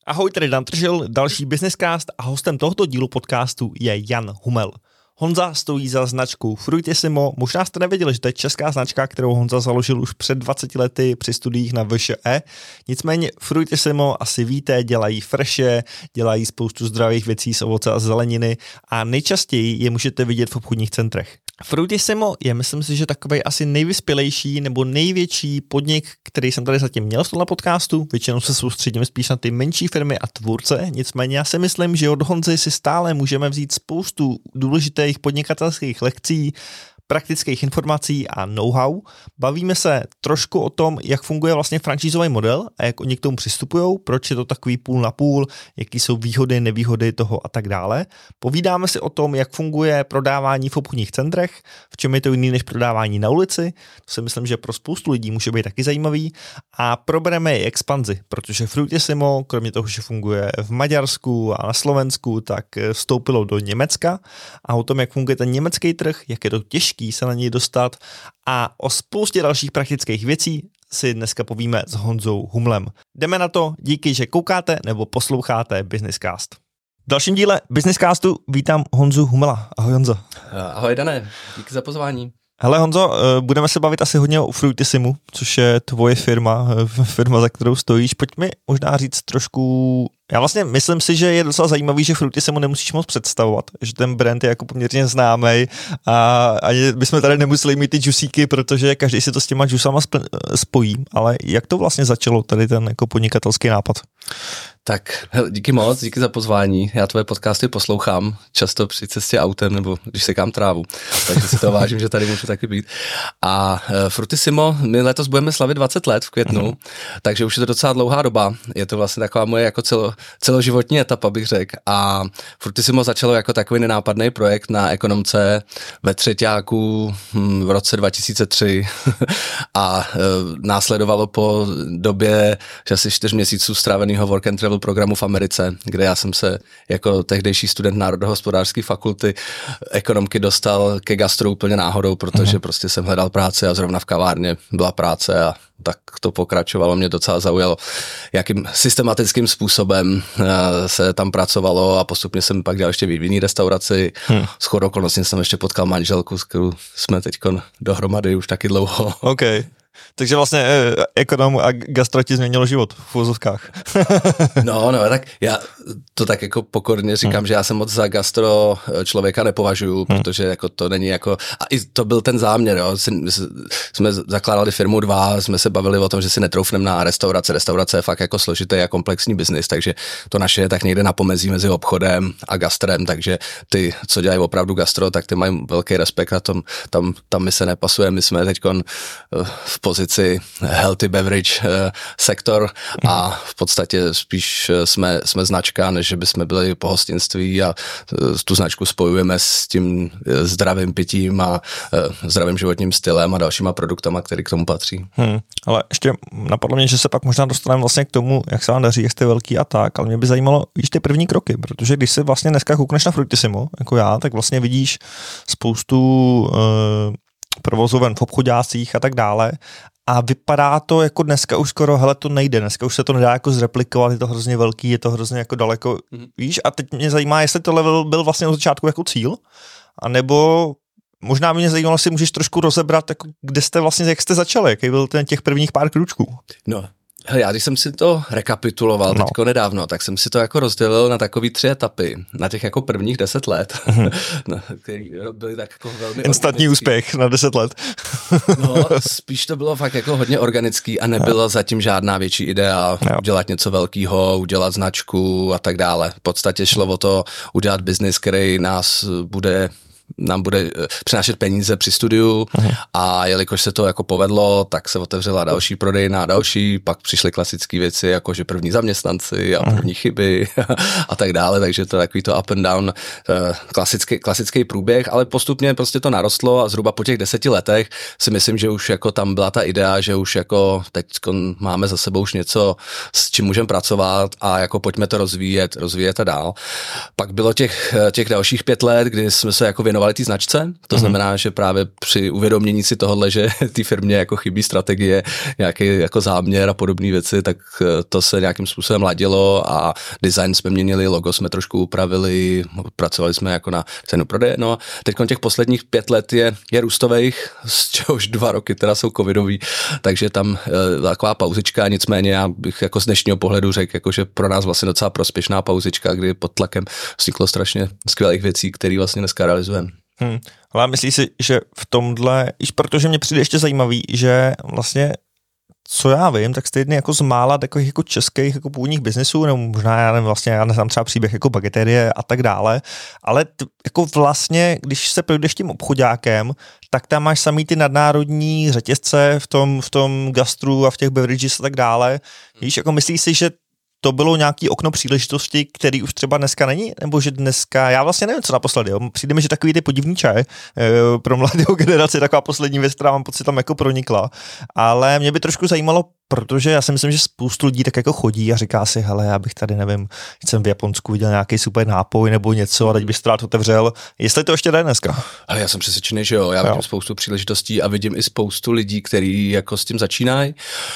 Ahoj, tady Dan Tržil, další Businesscast a hostem tohoto dílu podcastu je Jan Humel. Honza stojí za značkou Fruitissimo. Možná jste nevěděli, že to je česká značka, kterou Honza založil už před 20 lety při studiích na VŠE. Nicméně Fruitissimo asi víte, dělají freše, dělají spoustu zdravých věcí z ovoce a zeleniny a nejčastěji je můžete vidět v obchodních centrech. Fruitissimo je, myslím si, že takovej asi nejvyspělejší nebo největší podnik, který jsem tady zatím měl v tomhle podcastu. Většinou se soustředím spíš na ty menší firmy a tvůrce, nicméně já si myslím, že od Honzy si stále můžeme vzít spoustu důležitých podnikatelských lekcí, praktických informací a know-how. Bavíme se trošku o tom, jak funguje vlastně franšízový model a jak oni k tomu přistupují, proč je to takový půl na půl, jaký jsou výhody, nevýhody toho a tak dále. Povídáme si o tom, jak funguje prodávání v obchodních centrech, v čem je to jiný než prodávání na ulici. To si myslím, že pro spoustu lidí může být taky zajímavý. A probereme i expanzi, protože Fruitissimo, kromě toho, že funguje v Maďarsku a na Slovensku, tak vstoupilo do Německa a o tom, jak funguje ten německý trh, jak je to těžké se na něj dostat a o spoustě dalších praktických věcí si dneska povíme s Honzou Humlem. Jdeme na to, díky, že koukáte nebo posloucháte Businesscast. V dalším díle Businesscastu vítám Honzu Humela. Ahoj Honzo. Ahoj Dané, díky za pozvání. Hele Honzo, budeme se bavit asi hodně o Fruitissimu, což je tvoje firma, za kterou stojíš. Pojď mi možná říct trošku. Já vlastně myslím si, že je docela zajímavý, že Fruitissimo nemusíš moc představovat, že ten brand je jako poměrně známý a ani bychom tady nemuseli mít ty džusíky, protože každý si to s těma džusama spojí, ale jak to vlastně začalo, tady ten jako podnikatelský nápad? Tak díky moc, díky za pozvání. Já tvoje podcasty poslouchám často při cestě autem nebo když sekám trávu, takže si to vážím, že tady můžu taky být. A Fruitissimo, my letos budeme slavit 20 let v květnu, takže už je to docela dlouhá doba. Je to vlastně taková moje jako celoživotní etapa, bych řekl. A Fruitissimo začalo jako takový nenápadný projekt na ekonomce ve třeťáku v roce 2003 a následovalo po době asi 4 měsíců stráveného work and travel programu v Americe, kde já jsem se jako tehdejší student národohospodářské fakulty ekonomky dostal ke gastro úplně náhodou, protože prostě jsem hledal práci a zrovna v kavárně byla práce a tak to pokračovalo, mě docela zaujalo, jakým systematickým způsobem se tam pracovalo a postupně jsem pak dělal ještě v jiný restauraci. Shodou okolností jsem ještě potkal manželku, s kterou jsme teď dohromady už taky dlouho. Okay. Takže vlastně ekonom a gastro ti změnilo život v uvozovkách. No, tak já to tak jako pokorně říkám, že já jsem moc za gastro člověka nepovažuju, protože jako to není jako, a i to byl ten záměr, jo. Jsme zakládali firmu 2, jsme se bavili o tom, že si netroufneme na restaurace. Restaurace je fakt jako složitý a komplexní biznis, takže to naše je tak někde na pomezí mezi obchodem a gastrem, takže ty, co dělají opravdu gastro, tak ty mají velký respekt a tam my se nepasujeme, my jsme teďkon v pozici healthy beverage sektor a v podstatě spíš jsme značka, než že bychom byli pohostinství a tu značku spojujeme s tím zdravým pitím a zdravým životním stylem a dalšíma produktama, které k tomu patří. Ale ještě napadlo mě, že se pak možná dostaneme vlastně k tomu, jak se vám daří, jak jste velký a tak, ale mě by zajímalo, víš ty první kroky, protože když se vlastně dneska koukneš na Fruitissimo, jako já, tak vlastně vidíš spoustu provozoven v obchodácích a tak dále. A vypadá to jako dneska už skoro, hele, to nejde, dneska už se to nedá jako zreplikovat, je to hrozně velký, je to hrozně jako daleko, víš, a teď mě zajímá, jestli tohle byl vlastně od začátku jako cíl, anebo možná mě zajímalo, jestli můžeš trošku rozebrat, jako kde jste vlastně, jak jste začali, jaký byl ten těch prvních pár krůčků. No. Hele, já když jsem si to rekapituloval teďko nedávno, tak jsem si to jako rozdělil na takový 3 etapy, na těch jako prvních 10 let, který byly tak jako velmi instantní úspěch na 10 let. No, spíš to bylo fakt jako hodně organický a nebyla zatím žádná větší idea udělat něco velkého, udělat značku a tak dále. V podstatě šlo o to udělat biznis, který nám bude přinášet peníze při studiu a jelikož se to jako povedlo, tak se otevřela další prodejna a další, pak přišly klasické věci, jako že první zaměstnanci a první chyby a tak dále, takže to je takový to up and down, klasický průběh, ale postupně prostě to narostlo a zhruba po těch 10 letech si myslím, že už jako tam byla ta idea, že už jako teď máme za sebou už něco, s čím můžeme pracovat a jako pojďme to rozvíjet a dál. Pak bylo těch dalších 5 let, kdy jsme se jako věnovali věnovali té značce. To znamená, že právě při uvědomění si tohohle, že té firmě jako chybí strategie, nějaký jako záměr a podobné věci, tak to se nějakým způsobem ladilo a design jsme měnili, logo jsme trošku upravili, pracovali jsme jako na cenu prodeje. No a teď těch posledních 5 let je růstových, z čehož 2 roky teda jsou covidový, takže tam taková pauzička, nicméně já bych jako z dnešního pohledu řekl, jako, že pro nás vlastně docela prospěšná pauzička, kdy pod tlakem vzniklo strašně skvělých věcí, které vlastně dneska realizujeme. Ale myslíš si, že v tomhle, protože mě přijde ještě zajímavý, že vlastně co já vím, tak jste jedný jako z mála takových jako českých jako původních biznesů, nebo možná já nevím, vlastně já neznám třeba příběh jako Bageterie a tak dále, ale jako vlastně, když se projdeš tím obchodákem, tak tam máš samý ty nadnárodní řetězce v tom gastru a v těch beverages a tak dále. Víš, jako myslíš si, že to bylo nějaký okno příležitosti, který už třeba dneska není? Nebo že dneska, já vlastně nevím, co naposledy, jo? Přijde mi, že takový ty podivný čaj pro mladou generaci, taková poslední věc, která mám pocit tam jako pronikla, ale mě by trošku zajímalo, protože já si myslím, že spoustu lidí tak jako chodí a říká si, hele, já bych tady, nevím, jsem v Japonsku viděl nějaký super nápoj nebo něco a teď bych to rád otevřel. Jestli to ještě jde dneska? Ale já jsem přesvědčený, že jo, já vidím spoustu příležitostí a vidím i spoustu lidí, kteří jako s tím začínají.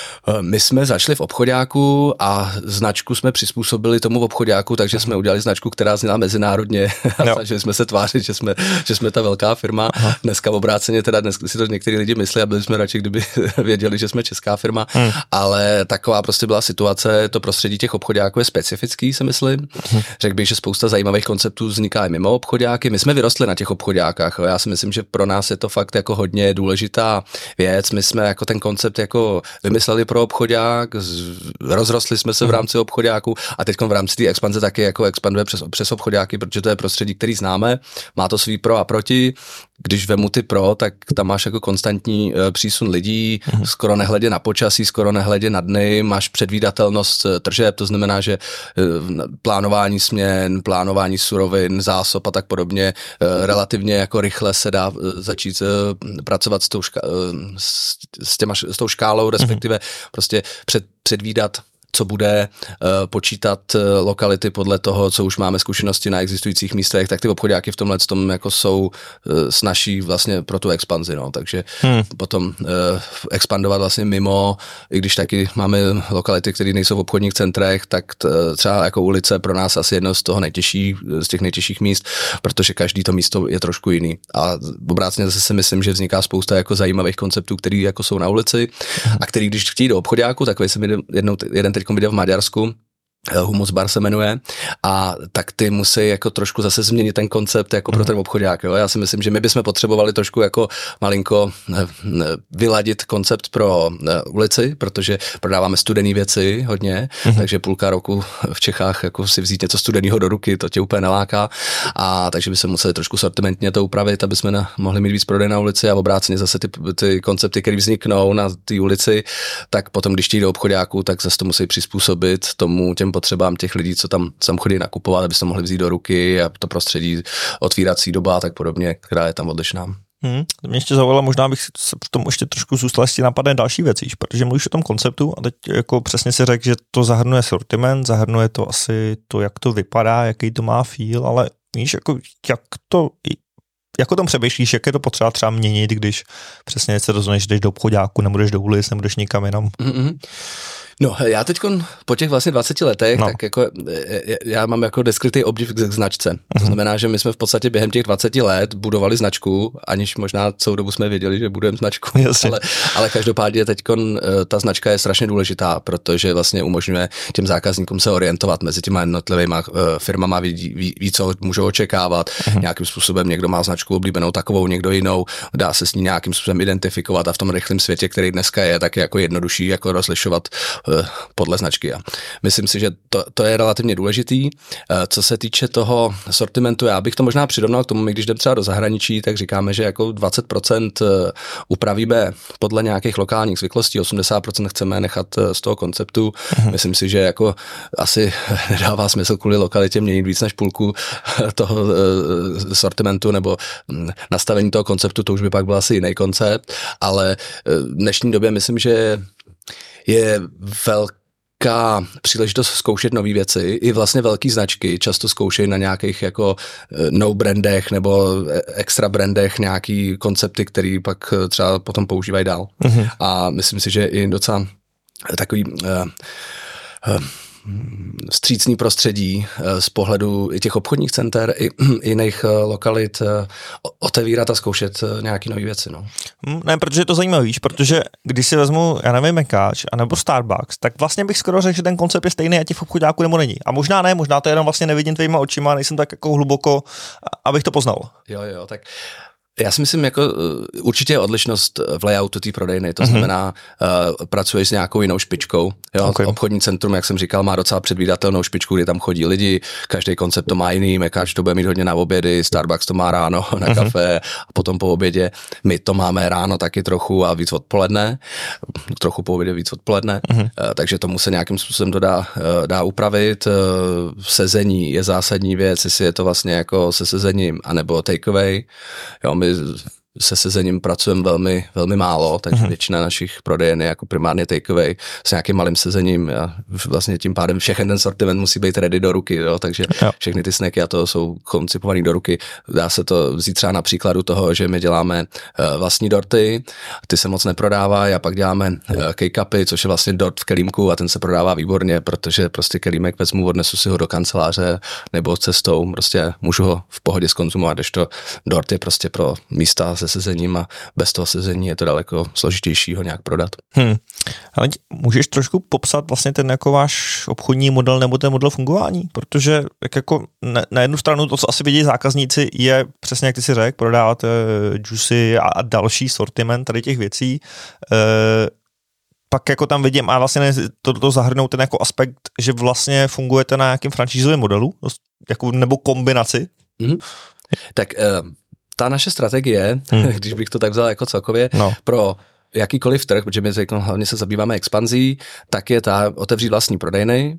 My jsme začali v obchodáku a značku jsme přizpůsobili tomu v obchodáku, takže jsme udělali značku, která zněla mezinárodně a snažili jsme se tvářit, že jsme ta velká firma. Dneska obráceně, teda dneska si to některý lidi myslí a byli jsme radši, kdyby věděli, že jsme česká firma. Ale taková prostě byla situace, to prostředí těch obchodáků je specifický, si myslím. Řekl bych, že spousta zajímavých konceptů vzniká i mimo obchodáky. My jsme vyrostli na těch obchodákách. Já si myslím, že pro nás je to fakt jako hodně důležitá věc. My jsme jako ten koncept jako vymysleli pro obchodák, rozrostli jsme se v rámci obchodáku a teď v rámci té expanze taky jako expanduje přes obchodáky, protože to je prostředí, který známe. Má to svý pro a proti. Když vemu ty pro, tak tam máš jako konstantní přísun lidí, skoro nehledě na počasí, skoro nehledě na dny, máš předvídatelnost tržeb, to znamená, že plánování směn, plánování surovin, zásob a tak podobně, relativně jako rychle se dá začít pracovat s tou škálou, respektive prostě předvídat, co bude, počítat lokality podle toho, co už máme zkušenosti na existujících místech, tak ty obchodáky v tomhle tom jako jsou snaží vlastně pro tu expanzi, no. Takže potom expandovat vlastně mimo, i když taky máme lokality, které nejsou v obchodních centrech, tak třeba jako ulice pro nás asi jedno z těch nejtěžších míst, protože každý to místo je trošku jiný. A obráceně zase si myslím, že vzniká spousta jako zajímavých konceptů, které jako jsou na ulici a který když chtějí do obchodáku, takový jsem jeden teď viděl v Maďarsku, Humus Bar se jmenuje, a tak ty musí jako trošku zase změnit ten koncept jako pro ten obchodák. Jo? Já si myslím, že my bychom potřebovali trošku jako malinko vyladit koncept pro ulici, protože prodáváme studené věci hodně, takže půlka roku v Čechách jako si vzít něco studeného do ruky, to tě úplně neláká, a takže by se museli trošku sortimentně to upravit, aby jsme mohli mít víc prodej na ulici, a obráceně zase ty koncepty, které vzniknou na té ulici, tak potom, když jdou do obchodáku, tak zase to musí přizpůsobit těm potřebám těch lidí, co tam chodí nakupovat, aby se mohli vzít do ruky, a to prostředí, otvírací doba a tak podobně, která je tam odlišná. Mě ještě zaujalo, možná bych se v tom ještě trošku zůstal, jestli napadne další věci, protože mluvíš o tom konceptu a teď jako přesně si řekl, že to zahrnuje sortiment, zahrnuje to asi to, jak to vypadá, jaký to má feel, ale víš, jak o tom přemýšlíš, jak je to potřeba třeba měnit, když přesně se rozhodneš, že jdeš do obchodáku, nebudeš do ulic, nebudeš nikam jinam. No, já teď po těch vlastně 20 letech, tak jako já mám jako neskrytý obdiv k značce. To znamená, že my jsme v podstatě během těch 20 let budovali značku, aniž možná celou dobu jsme věděli, že budeme značku, ale každopádně teď ta značka je strašně důležitá, protože vlastně umožňuje těm zákazníkům se orientovat mezi těma jednotlivýma firmama, ví, co můžou očekávat. Nějakým způsobem někdo má značku oblíbenou takovou, někdo jinou, dá se s ní nějakým způsobem identifikovat, a v tom rychlém světě, který dneska je, tak je jako jednodušší jako rozlišovat podle značky. A myslím si, že to je relativně důležitý. Co se týče toho sortimentu, já bych to možná přirovnal k tomu, my když jdeme třeba do zahraničí, tak říkáme, že jako 20% upravíme podle nějakých lokálních zvyklostí, 80% chceme nechat z toho konceptu. Myslím si, že jako asi nedává smysl kvůli lokalitě měnit víc než půlku toho sortimentu nebo nastavení toho konceptu, to už by pak byl asi jiný koncept, ale v dnešní době myslím, že je velká příležitost zkoušet nové věci. I vlastně velký značky často zkoušejí na nějakých jako no brandech nebo extra brandech nějaký koncepty, který pak třeba potom používají dál. A myslím si, že i docela takový vstřícný prostředí z pohledu i těch obchodních center, i jiných lokalit otevírat a zkoušet nějaké nové věci. No. Ne, protože je to zajímavé, víš, protože když si vezmu, já nevím, Mekáč anebo Starbucks, tak vlastně bych skoro řekl, že ten koncept je stejný a těch obchodáků nebo není. A možná ne, možná to jenom vlastně nevidím tvýma očima, nejsem tak jako hluboko, abych to poznal. Jo, tak já si myslím, jako určitě je odlišnost v layoutu té prodejny, to znamená, pracuješ s nějakou jinou špičkou. Jo? Okay. Obchodní centrum, jak jsem říkal, má docela předvídatelnou špičku, kdy tam chodí lidi, každý koncept to má jiný, Mekáč to bude mít hodně na obědy, Starbucks to má ráno na kafe a potom po obědě. My to máme ráno taky trochu a víc odpoledne, trochu po obědě víc odpoledne, takže tomu se nějakým způsobem to dá upravit. Sezení je zásadní věc, jestli je to vlastně jako se sezením, anebo takeaway. Jo, my se sezením pracujeme velmi, velmi málo, takže většina našich prodejen je jako primárně takeaway s nějakým malým sezením a vlastně tím pádem všechny ten sortiment musí být ready do ruky, jo, takže všechny ty snacky a to jsou koncipovaný do ruky. Dá se to vzít třeba na příkladu toho, že my děláme vlastní dorty, ty se moc neprodávají a pak děláme K-cupy, což je vlastně dort v kelímku a ten se prodává výborně, protože prostě kelímek vezmu, odnesu si ho do kanceláře nebo cestou, prostě můžu ho v pohodě zkonzumovat, když to dort je prostě pro místa se sezením a bez toho sezení je to daleko složitější ho nějak prodat. Ale můžeš trošku popsat vlastně ten jako váš obchodní model nebo ten model fungování? Protože jako na jednu stranu to, co asi vidí zákazníci, je přesně jak ty si řekl, prodávat juicy a další sortiment tady těch věcí. Pak jako tam vidím a vlastně to zahrnou ten jako aspekt, že vlastně fungujete na nějakém franšízovém modelu jako, nebo kombinaci. Tak ta naše strategie, když bych to tak vzal jako celkově, pro jakýkoliv trh, protože my hlavně se zabýváme expanzí, tak je ta otevřít vlastní prodejny.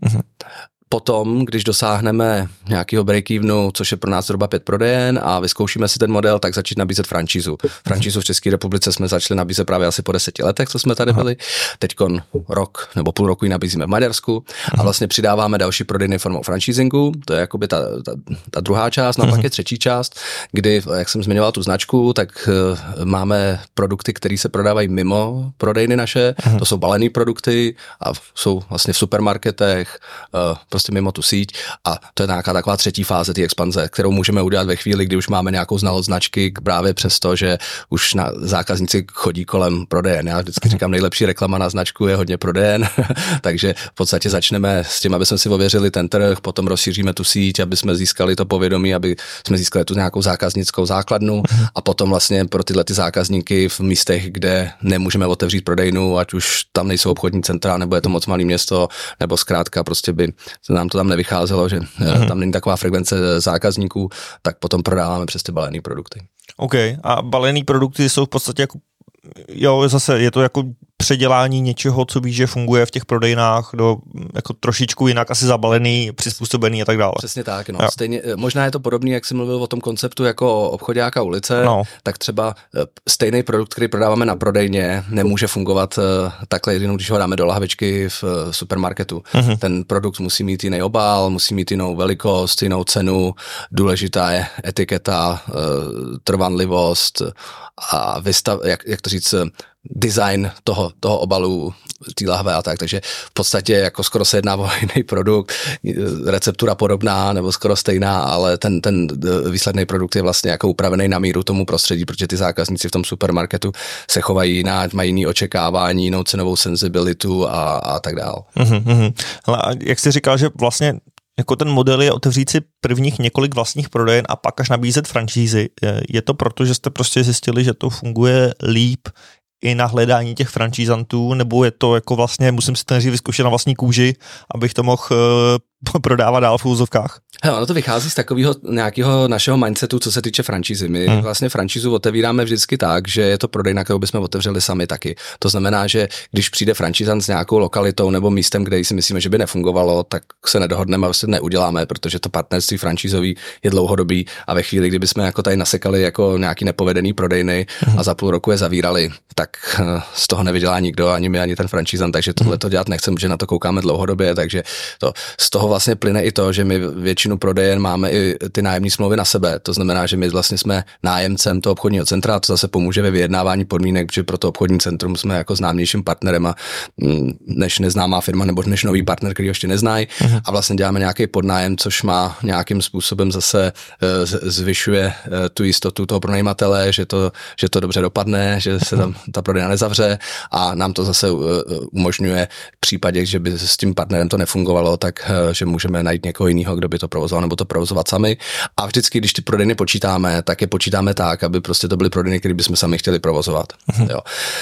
Potom, když dosáhneme nějakého break-evenu, což je pro nás zhruba 5 prodejen a vyzkoušíme si ten model, tak začít nabízet franšízu. Franšízu v České republice jsme začali nabízet právě asi po 10 letech, co jsme tady byli. Teďkon rok nebo půl roku ji nabízíme v Maďarsku a vlastně přidáváme další prodejny formou franchisingu. To je jakoby ta druhá část, no a pak je třetí část, kdy, jak jsem zmiňoval tu značku, tak máme produkty, které se prodávají mimo prodejny naše. To jsou balené produkty a jsou vlastně v supermarketech, prostě mimo tu síť a to je nějaká taková třetí fáze té expanze, kterou můžeme udělat ve chvíli, kdy už máme nějakou znalost značky právě přesto, že už zákazníci chodí kolem prodejen. Já vždycky říkám, nejlepší reklama na značku je hodně prodejen, takže v podstatě začneme s tím, aby jsme si ověřili ten trh, potom rozšíříme tu síť, aby jsme získali to povědomí, aby jsme získali tu nějakou zákaznickou základnu a potom vlastně pro tyhle ty zákazníky v místech, kde nemůžeme otevřít prodejnu, ať už tam nejsou obchodní centra, nebo je to moc malé město, nebo zkrátka prostě by nám to tam nevycházelo, že tam není taková frekvence zákazníků, tak potom prodáváme přes ty balené produkty. OK. A balené produkty jsou v podstatě jako, jo, zase je to jako předělání něčeho, co víš, že funguje v těch prodejnách do jako trošičku jinak asi zabalený, přizpůsobený a tak dále. Přesně tak, no. Stejně, možná je to podobný, jak jsi mluvil o tom konceptu jako obchoďáka ulice, tak třeba stejný produkt, který prodáváme na prodejně, nemůže fungovat takhle jenom, když ho dáme do lahvičky v supermarketu. Ten produkt musí mít jiný obal, musí mít jinou velikost, jinou cenu, důležitá je etiketa, trvanlivost a jak to říct, design toho obalu, té lahve a tak, takže v podstatě jako skoro se jedná o jiný produkt, receptura podobná nebo skoro stejná, ale ten výsledný produkt je vlastně jako upravený na míru tomu prostředí, protože ty zákazníci v tom supermarketu se chovají jinak, mají jiný očekávání, jinou cenovou senzibilitu a tak dál. Ale jak jsi říkal, že vlastně jako ten model je otevřít si prvních několik vlastních prodejen a pak až nabízet franšízy. Je to proto, že jste prostě zjistili, že to funguje líp i na hledání těch franšízantů, nebo je to jako vlastně, musím si to nejdřív vyzkoušet na vlastní kůži, abych to mohl prodává dál v úzovkách? Hele, ono to vychází z takového nějakého našeho mindsetu, co se týče franšízy. My vlastně franšízu otevíráme vždycky tak, že je to prodejna, kterou bychom otevřeli sami taky. To znamená, že když přijde franšízant s nějakou lokalitou nebo místem, kde si myslíme, že by nefungovalo, tak se nedohodneme a vlastně neuděláme, protože to partnerství franšízový je dlouhodobý a ve chvíli, kdyby jsme jako tady nasekali jako nějaký nepovedený prodejny a za půl roku je zavírali, tak z toho nevydělá nikdo, ani my, ani ten franšízant, takže tohle to dělat nechceme, že na to koukáme dlouhodobě, takže to z toho vlastně plyne i to, že my většinu prodejen máme i ty nájemní smlouvy na sebe. To znamená, že my vlastně jsme nájemcem toho obchodního centra, to zase pomůže ve vyjednávání podmínek, protože pro to obchodní centrum jsme jako známějším partnerem a než neznámá firma nebo než nový partner, který ho ještě neznají a vlastně děláme nějaký podnájem, což má nějakým způsobem zase zvyšuje tu jistotu toho pronajímatele, že to dobře dopadne, že se tam ta prodejna nezavře a nám to zase umožňuje v případě, že by s tím partnerem to nefungovalo, tak že můžeme najít někoho jiného, kdo by to provozoval nebo to provozovat sami. A vždycky, když ty prodejny počítáme, tak je počítáme tak, aby prostě to byly prodejny, které bychom sami chtěli provozovat. Jo.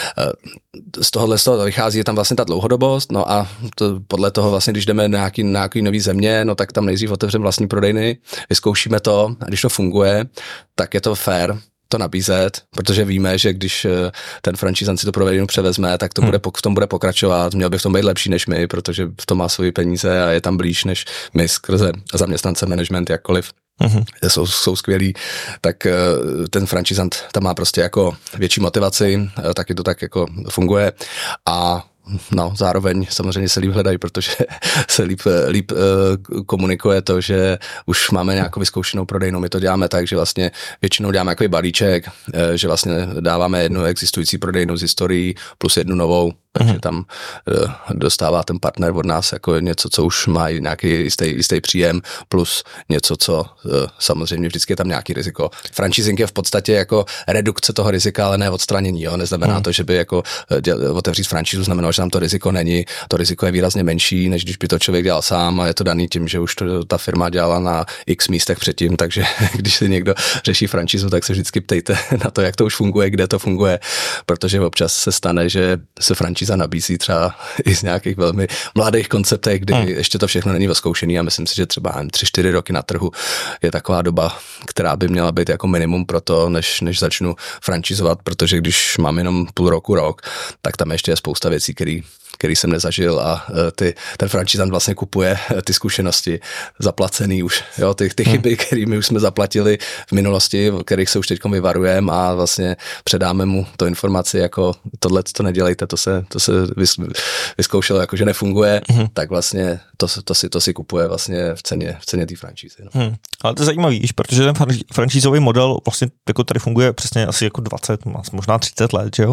Z toho vychází je tam vlastně ta dlouhodobost, no a podle toho vlastně, když jdeme na nějaký nový země, no tak tam nejdřív otevřeme vlastní prodejny, vyzkoušíme to a když to funguje, tak je to fair to nabízet, protože víme, že když ten franšízant si to prodejnu převezme, tak to v tom bude pokračovat, měl by v tom být lepší než my, protože v tom má svoje peníze a je tam blíž než my skrze zaměstnance, management, jakkoliv. Jsou skvělí, tak ten franšízant tam má prostě jako větší motivaci, taky to tak jako funguje a no, zároveň samozřejmě se líp hledají, protože se líp komunikuje to, že už máme nějakou vyzkoušenou prodejnu. My to děláme tak, že vlastně většinou děláme jako balíček, že vlastně dáváme jednu existující prodejnu z historií plus jednu novou, takže tam dostává ten partner od nás jako něco, co už má nějaký jistý příjem, plus něco, co samozřejmě vždycky je tam nějaký riziko. Franchising je v podstatě jako redukce toho rizika, ale ne odstranění. Jo? Neznamená to, že by jako otevřít franšízu znamenalo, že tam to riziko není. To riziko je výrazně menší, než když by to člověk dělal sám a je to daný tím, že už ta firma dělala na x místech předtím, takže když si někdo řeší franšízu, tak se vždycky ptejte na to, jak to už funguje, kde to funguje, protože občas se stane, že se franšíza nabízí třeba i z nějakých velmi mladých konceptech, kdy ještě to všechno není vyzkoušený a myslím si, že třeba 3-4 roky na trhu je taková doba, která by měla být jako minimum pro to, než začnu franšízovat, protože když mám jenom půl roku, rok, tak tam ještě je spousta věcí, který jsem nezažil a ten franšízant vlastně kupuje ty zkušenosti zaplacený už, jo, ty chyby, kterými už jsme zaplatili v minulosti, o kterých se už teď vyvarujeme a vlastně předáme mu to informaci jako tohle to nedělejte, to se vyzkoušelo jako, že nefunguje, tak vlastně to si kupuje vlastně v ceně té franšízy. No. Ale to je zajímavý, protože ten franšízový model vlastně jako tady funguje přesně asi jako 20, možná 30 let, že jo?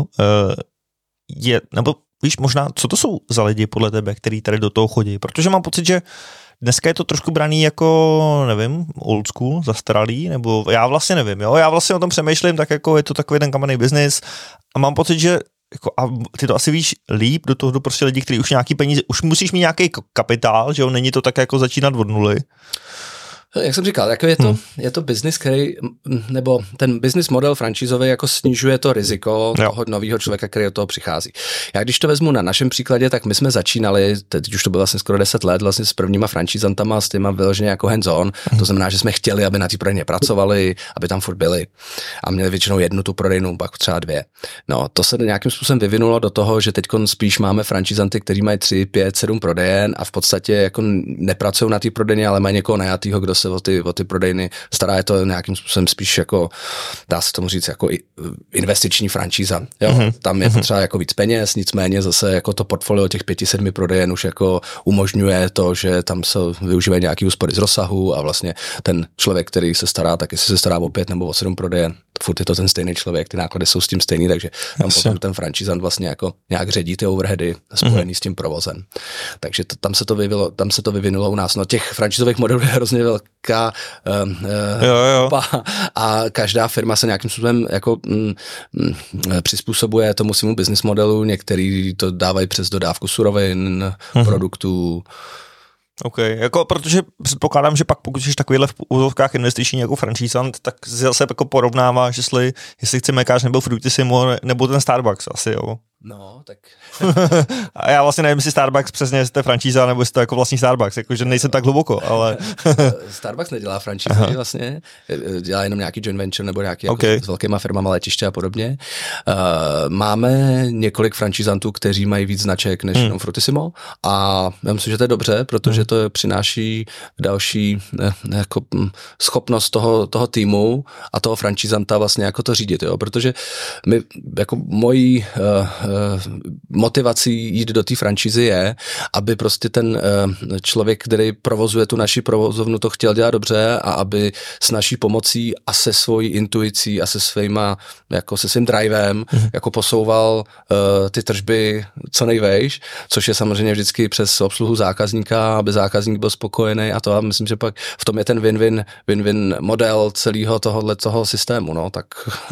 Nebo víš možná, co to jsou za lidi podle tebe, který tady do toho chodí? Protože mám pocit, že dneska je to trošku braný jako, nevím, old school, zastaralý, nebo já vlastně nevím, jo? Já vlastně o tom přemýšlím, tak jako je to takový ten kamenný biznis a mám pocit, že jako, a ty to asi víš líp, do toho prostě lidi, kteří už nějaký peníze, už musíš mít nějaký kapitál, že jo? Není to tak jako začínat od nuly. Jak jsem říkal, jako je to business, který, nebo ten business model franšízový jako snižuje to riziko toho nového člověka, který od toho přichází. Já když to vezmu na našem příkladě, tak my jsme začínali, teď už to bylo vlastně skoro 10 let, vlastně s prvníma franšízantama, s těma vyloženě jako hands-on, to znamená, že jsme chtěli, aby na té prodejně pracovali, aby tam furt byli a měli většinou jednu tu prodejnu, pak třeba 2. No, to se nějakým způsobem vyvinulo do toho, že teď spíš máme franšízanty, kteří mají 3, 5, 7 prodejen a v podstatě jako nepracují na té prodejně, ale mají někoho najatýho, kdo se o ty prodejny stará, je to nějakým způsobem spíš jako, dá se tomu říct, jako investiční franšíza. Jo? Tam je potřeba jako víc peněz, nicméně zase jako to portfolio těch 5-7 prodejen už jako umožňuje to, že tam se využívají nějaký úspory z rozsahu a vlastně ten člověk, který se stará, tak jestli se stará o 5 nebo o 7 prodejen, furt je to ten stejný člověk, ty náklady jsou s tím stejný, takže tam potom ten franšízant vlastně jako nějak ředí ty overheady spojený s tím provozem. Takže tam se to vyvinulo u nás. No těch franšízových modelů je hrozně velká a každá firma se nějakým způsobem jako přizpůsobuje tomu svému business modelu, některý to dávají přes dodávku surovin, produktů. OK, jako protože předpokládám, že pak pokud jsi takovýhle v úzovkách investiční jako franšízant, tak zase jako porovnáváš, jestli chce Mekáč nebo Fruitissimo nebo ten Starbucks asi, jo. No, tak... A já vlastně nevím, jestli Starbucks přesně jste franšíza, nebo jestli to jako vlastní Starbucks, jakože nejsem tak hluboko, ale... Starbucks nedělá franšízy vlastně, dělá jenom nějaký joint venture nebo nějaký jako s velkýma firmama, letiště a podobně. Máme několik franšízantů, kteří mají víc značek než jenom Frutissimo a já myslím, že to je dobře, protože to přináší další jako schopnost toho týmu a toho franšízanta vlastně jako to řídit, jo, protože my, jako mojí motivací jít do té franšízy je, aby prostě ten člověk, který provozuje tu naši provozovnu, to chtěl dělat dobře a aby s naší pomocí a se svojí intuicí a se svýma, jako se svým drivem, jako posouval ty tržby co nejvejš, což je samozřejmě vždycky přes obsluhu zákazníka, aby zákazník byl spokojený a to a myslím, že pak v tom je ten win-win model celého toho systému, no, tak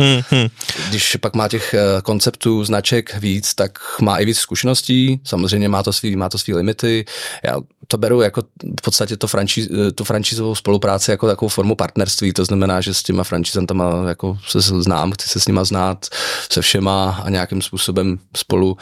když pak má těch konceptů, značek víc, tak má i víc zkušeností, samozřejmě má to svý limity. Já to beru jako v podstatě tu franšízovou spolupráci jako takovou formu partnerství, to znamená, že s těma franšízantama jako se znám, chci se s nima znát se všema a nějakým způsobem spolu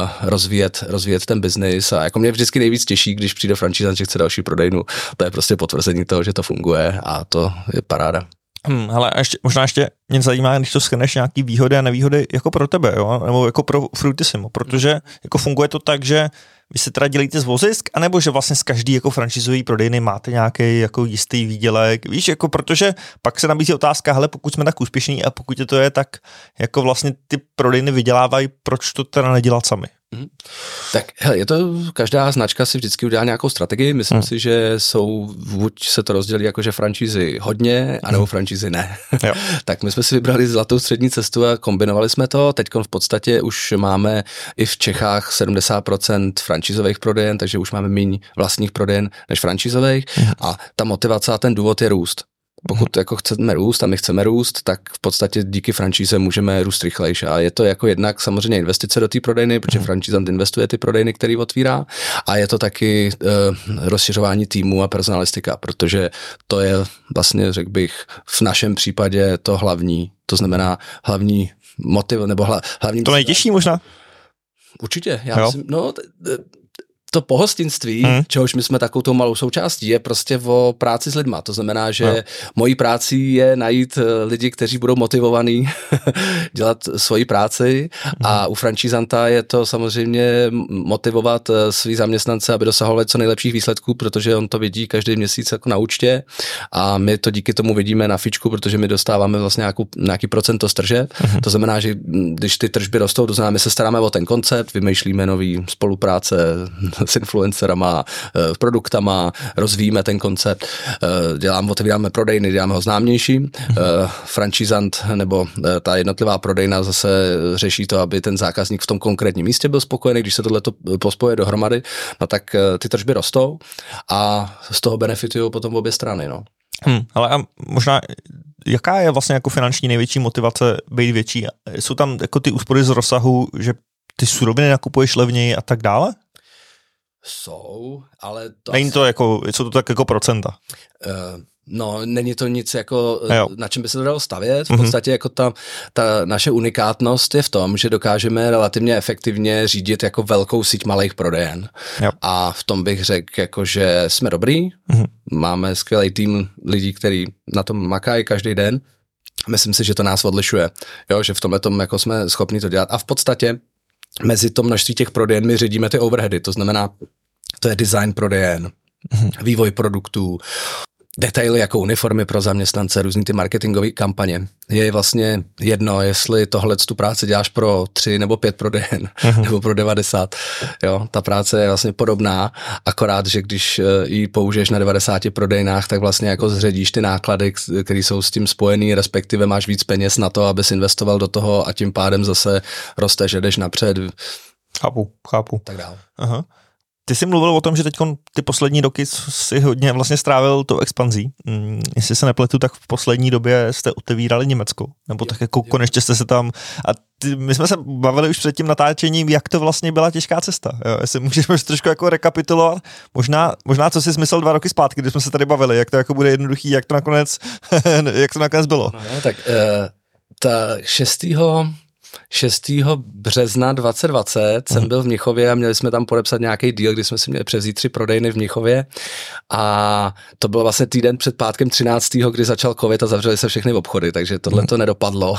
rozvíjet ten biznis a jako mě vždycky nejvíc těší, když přijde franšízant, že chce další prodejnu, to je prostě potvrzení toho, že to funguje a to je paráda. Hele, možná ještě mě zajímá, když to shrneš nějaký výhody a nevýhody jako pro tebe, jo? Nebo jako pro Frutissimo, protože jako funguje to tak, že vy se teda dělíte z vozisk, anebo že vlastně z každý jako franšizový prodejny máte nějaký jako jistý výdělek, víš, jako protože pak se nabízí otázka, hele, pokud jsme tak úspěšní a pokud to je, tak jako vlastně ty prodejny vydělávají, proč to teda nedělat sami? Tak hele, je to, každá značka si vždycky udělá nějakou strategii, myslím si, že buď se to rozdělí jako, že franšízy hodně, anebo franšízy ne. Tak my jsme si vybrali zlatou střední cestu a kombinovali jsme to, teďkon v podstatě už máme i v Čechách 70% franšízových prodejen, takže už máme méně vlastních prodejen než franšízových a ta motivace a ten důvod je růst. Pokud jako chceme růst a my chceme růst, tak v podstatě díky franšíze můžeme růst rychlejší. A je to jako jednak samozřejmě investice do té prodejny, protože franšízant investuje ty prodejny, který otvírá, a je to taky rozšiřování týmu a personalistika, protože to je vlastně, řekl bych, v našem případě to hlavní, to znamená hlavní motiv, nebo hlavní... To nejtěžší možná? Určitě, já myslím, to pohostinství, čehož my jsme takovou tou malou součástí, je prostě o práci s lidma. To znamená, že mojí práci je najít lidi, kteří budou motivovaní dělat svoji práci a u franšízanta je to samozřejmě motivovat svý zaměstnance, aby dosahovali co nejlepších výsledků, protože on to vidí každý měsíc jako na účtě a my to díky tomu vidíme na fičku, protože my dostáváme vlastně nějaký procento z tržeb. To znamená, že když ty tržby rostou, to znamená, my se staráme o ten koncept, vymýšlíme nový spolupráce s influencerama, produktama, rozvíjíme ten koncept, otevíráme prodejny, děláme ho známější. Franšízant nebo ta jednotlivá prodejna zase řeší to, aby ten zákazník v tom konkrétním místě byl spokojený, když se tohleto pospoje dohromady, no tak ty tržby rostou a z toho benefitují potom obě strany, no. Ale a možná, jaká je vlastně jako finanční největší motivace být větší? Jsou tam jako ty úspory z rozsahu, že ty suroviny nakupuješ levněji a tak dále? Jsou, ale to... Není to jako, jsou to tak jako procenta? No, není to nic jako, na čem by se to dalo stavět. V podstatě jako ta naše unikátnost je v tom, že dokážeme relativně efektivně řídit jako velkou síť malých prodejen. A v tom bych řekl, jako, že jsme dobrý, máme skvělý tým lidí, kteří na tom makají každý den. Myslím si, že to nás odlišuje, že v tomhletom jako jsme schopni to dělat. A v podstatě mezi to množství těch prodejen my řídíme ty overheady, to znamená, to je design prodejen, vývoj produktů, detaily jako uniformy pro zaměstnance, různý ty marketingové kampaně. Je vlastně jedno, jestli tohle tu práci děláš pro 3 nebo 5 prodejen, nebo pro 90. Ta práce je vlastně podobná, akorát, že když ji použiješ na 90 prodejnách, tak vlastně jako zředíš ty náklady, které jsou s tím spojený, respektive máš víc peněz na to, abys investoval do toho a tím pádem zase rosteš, jdeš napřed. Chápu. Tak dále. Aha. Ty jsi mluvil o tom, že teď ty poslední roky si hodně vlastně strávil tou expanzí. Jestli se nepletu, tak v poslední době jste otevírali Německo. Nebo tak jako konečně jste se tam... A my jsme se bavili už před tím natáčením, jak to vlastně byla těžká cesta. Jestli můžeš trošku jako rekapitulovat. Možná co jsi smyslel 2 roky zpátky, když jsme se tady bavili, jak to jako bude jednoduchý, jak to nakonec bylo. No, tak ta 6. 6. března 2020 jsem byl v Mnichově a měli jsme tam podepsat nějaký deal, kdy jsme si měli převzít 3 prodejny v Mnichově a to bylo vlastně týden před pátkem 13., kdy začal covid a zavřeli se všechny obchody, takže tohle to nedopadlo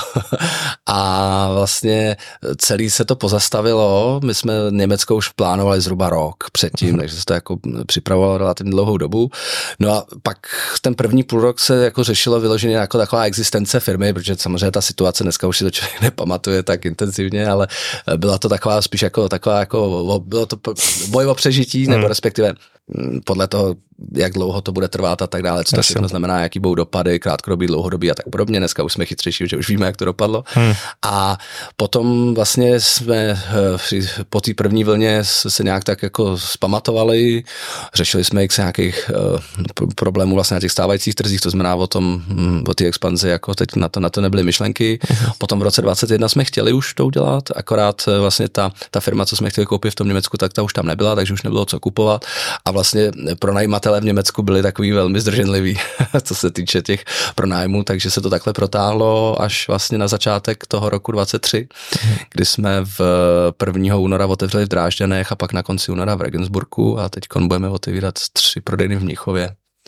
a vlastně celý se to pozastavilo. My jsme Německo už plánovali zhruba rok předtím, takže se to jako připravovalo relativně dlouhou dobu. No a pak ten první půlrok se jako řešilo vyloženě jako taková existence firmy, protože samozřejmě ta situace dneska už si to člověk nepamatuje tak intenzivně, ale byla to taková spíš jako bylo to boj o přežití, nebo respektive podle toho, jak dlouho to bude trvat a tak dále, co to všechno znamená, jaký budou dopady, krátkodobý, dlouhodobý a tak podobně. Dneska už jsme chytřejší, že už víme, jak to dopadlo. A potom vlastně jsme po té první vlně se nějak tak jako zpamatovali, řešili jsme x nějakých problémů vlastně na těch stávajících trzích, to znamená o té expanzi, jako teď na to nebyly myšlenky. Potom v roce 2021 jsme chtěli už to udělat, akorát vlastně ta firma, co jsme chtěli koupit v tom Německu, tak ta už tam nebyla, takže už nebylo co kupovat a vlastně pronajímatelé v Německu byli takový velmi zdrženliví, co se týče těch pronájmů, takže se to takhle protáhlo až vlastně na začátek toho roku 2023, kdy jsme v 1. února otevřeli v Drážďanech a pak na konci února v Regensburgu a teď budeme otevírat 3 prodejny v Mnichově.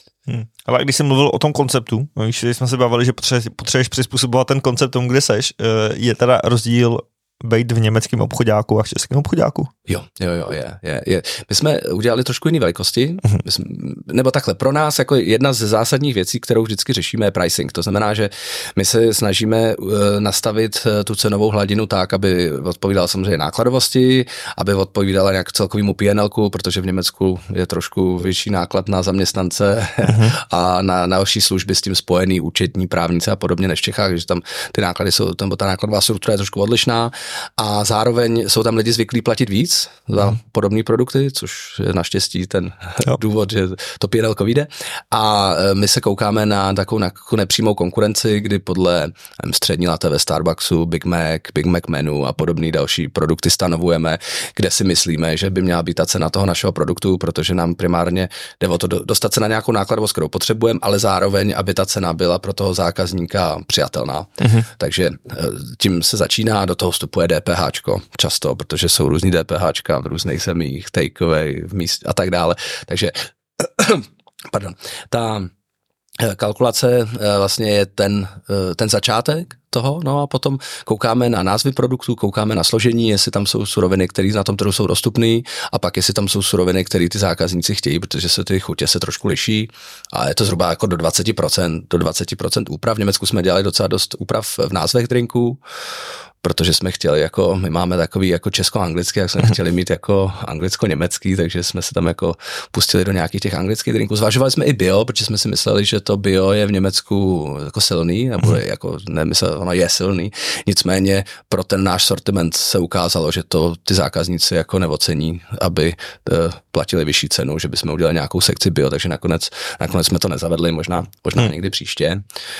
Ale když jsi mluvil o tom konceptu, víš, jsme se bavili, že potřebuješ přizpůsobovat ten koncept tomu, kde seš, je teda rozdíl být v německém obchodáku a v českém obchodáku? Jo, je. My jsme udělali trošku jiné velikosti, nebo takhle, pro nás jako jedna ze zásadních věcí, kterou vždycky řešíme, je pricing. To znamená, že my se snažíme nastavit tu cenovou hladinu tak, aby odpovídala samozřejmě nákladovosti, aby odpovídala nějak celkovému PNL-ku, protože v Německu je trošku větší náklad na zaměstnance a na další služby s tím spojený, účetní, právníci a podobně než v Čechách, takže tam ty náklady jsou, tam ta nákladová struktura je trošku odlišná. A zároveň jsou tam lidi zvyklí platit víc za podobné produkty, což je naštěstí ten důvod, že to PNL vyjde. A my se koukáme na takovou nepřímou konkurenci, kdy podle střední latte ve Starbucksu, Big Mac menu a podobné další produkty stanovujeme, kde si myslíme, že by měla být ta cena toho našeho produktu, protože nám primárně jde o to dostat se na nějakou nákladovost, kterou potřebujeme, ale zároveň, aby ta cena byla pro toho zákazníka přijatelná. Takže tím se začíná, do toho vstupuje DPHčko často, protože jsou různý DPHčka v různých zemích, takeaway, v místě a tak dále. Takže ta kalkulace vlastně je ten začátek toho, no a potom koukáme na názvy produktů, koukáme na složení, jestli tam jsou suroviny, které na tom trhu jsou dostupné a pak jestli tam jsou suroviny, které ty zákazníci chtějí, protože se ty chutě se trošku liší a je to zhruba jako do 20% úprav. V Německu jsme dělali docela dost úprav v názvech drinků, protože jsme chtěli jako, my máme takový jako česko-anglický, jak jsme chtěli mít jako anglicko-německý, takže jsme se tam jako pustili do nějakých těch anglických drinků. Zvažovali jsme i bio, protože jsme si mysleli, že to bio je v Německu jako silný, nebo je jako, ono je silný, nicméně pro ten náš sortiment se ukázalo, že to ty zákazníci jako neocení, aby platili vyšší cenu, že bychom udělali nějakou sekci bio, takže nakonec jsme to nezavedli, možná někdy příště.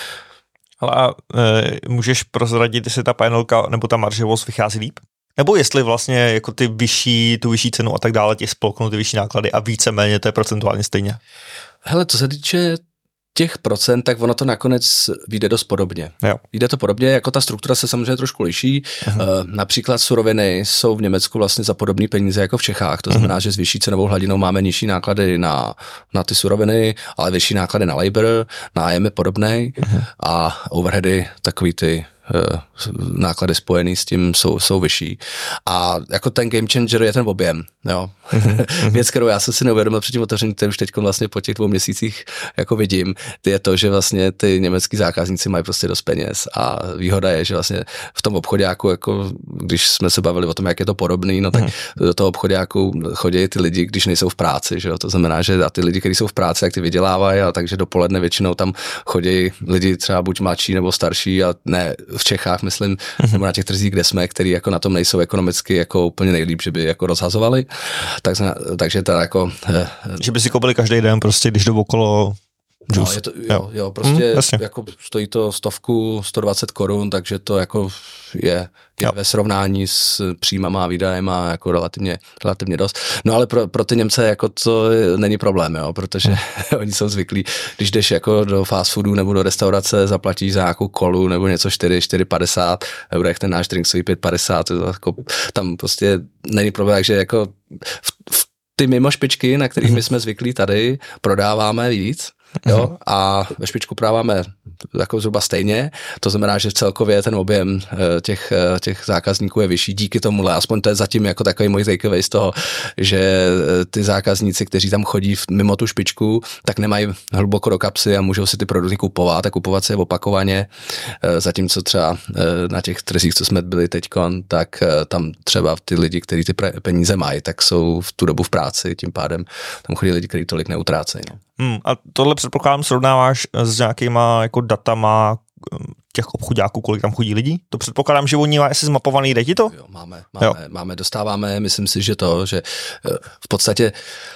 Ale můžeš prozradit, jestli ta panelka nebo ta maržovost vychází líp? Nebo jestli vlastně jako tu vyšší cenu a tak dále ti spolknou ty vyšší náklady a víceméně to je procentuálně stejně? Hele, co se týče těch procent, tak ono to nakonec vyjde dost podobně. Jo. Vyjde to podobně, jako ta struktura se samozřejmě trošku liší. Například suroviny jsou v Německu vlastně za podobné peníze jako v Čechách. To znamená, že s vyšší cenovou hladinou máme nižší náklady na ty suroviny, ale vyšší náklady na labor, nájem je podobný a overheady takový ty náklady spojený s tím jsou vyšší. A jako ten game changer je ten objem. Jo. Věc, kterou já jsem si neuvědomil před tím otevřením, který už teď vlastně po těch 2 měsících jako vidím, je to, že vlastně ty německý zákazníci mají prostě dost peněz a výhoda je, že vlastně v tom obchodáku, jako když jsme se bavili o tom, jak je to podobný, no tak do toho obchodáku chodí ty lidi, když nejsou v práci, že jo? To znamená, že a ty lidi, kteří jsou v práci, tak ty vydělávají, a takže dopoledne většinou tam chodí lidi třeba buď mladší nebo starší a ne v Čechách, myslím, nebo na těch trzích, kde jsme, který jako na tom nejsou ekonomicky jako úplně nejlíp, že by jako rozhazovali. Takže to jako... Že by si koupili každý den prostě, když jdou okolo No, je to, jo, prostě jako stojí to 100, 120 korun, takže to jako je ve srovnání s příjmama a výdajema jako relativně dost. No ale pro ty Němce jako to není problém, jo, protože oni jsou zvyklí, když jdeš jako do fast foodu nebo do restaurace, zaplatíš za nějakou kolu nebo něco 4,50 euro, jak ten náš drink stojí 5,50, to jako, tam prostě není problém, takže jako ty mimo špičky, na kterých my jsme zvyklí tady, prodáváme víc, jo, a ve špičku prodáváme jako zhruba stejně, to znamená, že celkově ten objem těch zákazníků je vyšší díky tomuhle, aspoň to je zatím jako takový můj takeaway z toho, že ty zákazníci, kteří tam chodí mimo tu špičku, tak nemají hluboko do kapsy a můžou si ty produkty kupovat a kupovat si je opakovaně, zatímco třeba na těch trzích, co jsme byli teďkon, tak tam třeba ty lidi, kteří ty peníze mají, tak jsou v tu dobu v práci, tím pádem tam chodí lidi, kteří tolik neutrácejí. No. A tohle předpokládám srovnáváš s nějakýma jako datama těch obchodáků, kolik tam chodí lidí? To předpokládám, že oni mají asi zmapovaný, jde ti to? Jo, máme, dostáváme, myslím si, že v podstatě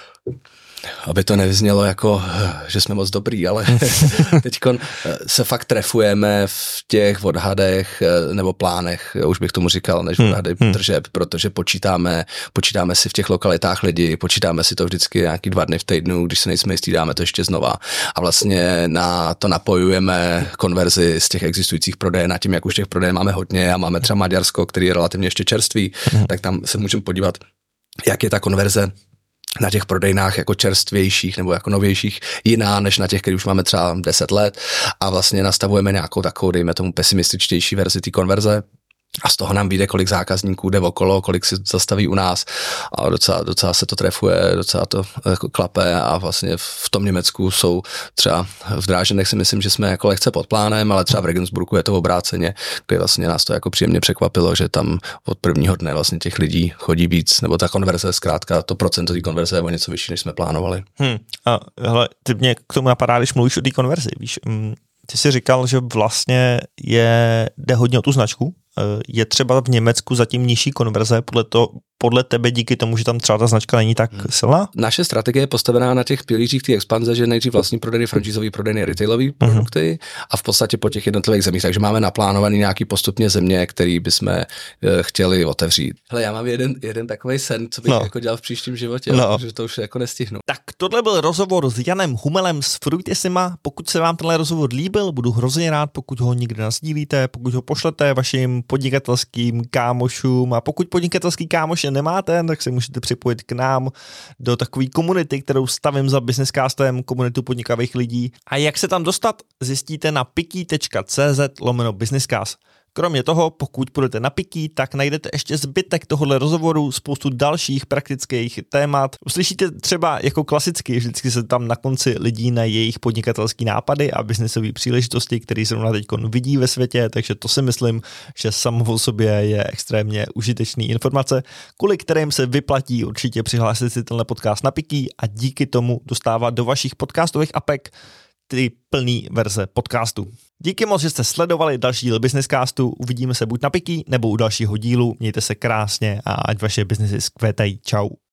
aby to nevyznělo jako, že jsme moc dobrý, ale teďkon se fakt trefujeme v těch odhadech nebo plánech, už bych tomu říkal, než odhady tržeb, protože počítáme si v těch lokalitách lidi, počítáme si to vždycky nějaký 2 dny v týdnu, když se nejsme jistí, dáme to ještě znova a vlastně na to napojujeme konverzi z těch existujících prodejen, na tím, jak už těch prodejen máme hodně a máme třeba Maďarsko, který je relativně ještě čerstvý, tak tam se můžeme podívat, jak je ta konverze na těch prodejnách jako čerstvějších nebo jako novějších jiná, než na těch, který už máme třeba 10 let a vlastně nastavujeme nějakou takovou, dejme tomu pesimističtější verzi té konverze a z toho nám vyjde, kolik zákazníků jde okolo, kolik si zastaví u nás a docela se to trefuje, docela to jako klape a vlastně v tom Německu jsou třeba v Dráženech si myslím, že jsme jako lehce pod plánem, ale třeba v Regensburgu je to obráceně, kde vlastně nás to jako příjemně překvapilo, že tam od prvního dne vlastně těch lidí chodí víc, nebo ta konverze zkrátka, to procento té konverze je o něco vyšší, než jsme plánovali. A hele, ty mě k tomu napadá, když mluvíš o té konverzi, víš, ty jsi říkal, že vlastně jde hodně o tu značku. Je třeba v Německu zatím nižší konverze podle tebe díky tomu, že tam třeba ta značka není tak silná? Naše strategie je postavená na těch pilířích té expanze, že nejdřív vlastní prodejny, franšízový prodejny, retailový produkty a v podstatě po těch jednotlivých zemích. Takže máme naplánovaný nějaký postupně země, který bychom chtěli otevřít. Hele, já mám jeden takový sen, co bych jako dělal v příštím životě, že to už jako nestihnu. Tak tohle byl rozhovor s Janem Humelem z Fruitissima. Pokud se vám tenhle rozhovor líbil, budu hrozně rád, pokud ho někde nasdílíte, pokud ho pošlete vašim podnikatelským kámošům a pokud podnikatelský kámoše nemáte, tak se můžete připojit k nám do takové komunity, kterou stavím za Businesscastem, komunitu podnikavých lidí. A jak se tam dostat, zjistíte na piki.cz/businesscast. Kromě toho, pokud půjdete na Piki, tak najdete ještě zbytek tohohle rozhovoru, spoustu dalších praktických témat. Uslyšíte třeba jako klasicky, vždycky se tam na konci lidí na jejich podnikatelský nápady a biznesové příležitosti, které zrovna teď vidí ve světě, takže to si myslím, že samo o sobě je extrémně užitečný informace, kvůli kterým se vyplatí určitě přihlásit si tenhle podcast na Piki a díky tomu dostávat do vašich podcastových apek ty plný verze podcastu. Díky moc, že jste sledovali další díl Businesscastu. Uvidíme se buď na Piki, nebo u dalšího dílu. Mějte se krásně a ať vaše biznesy zkvétají. Čau.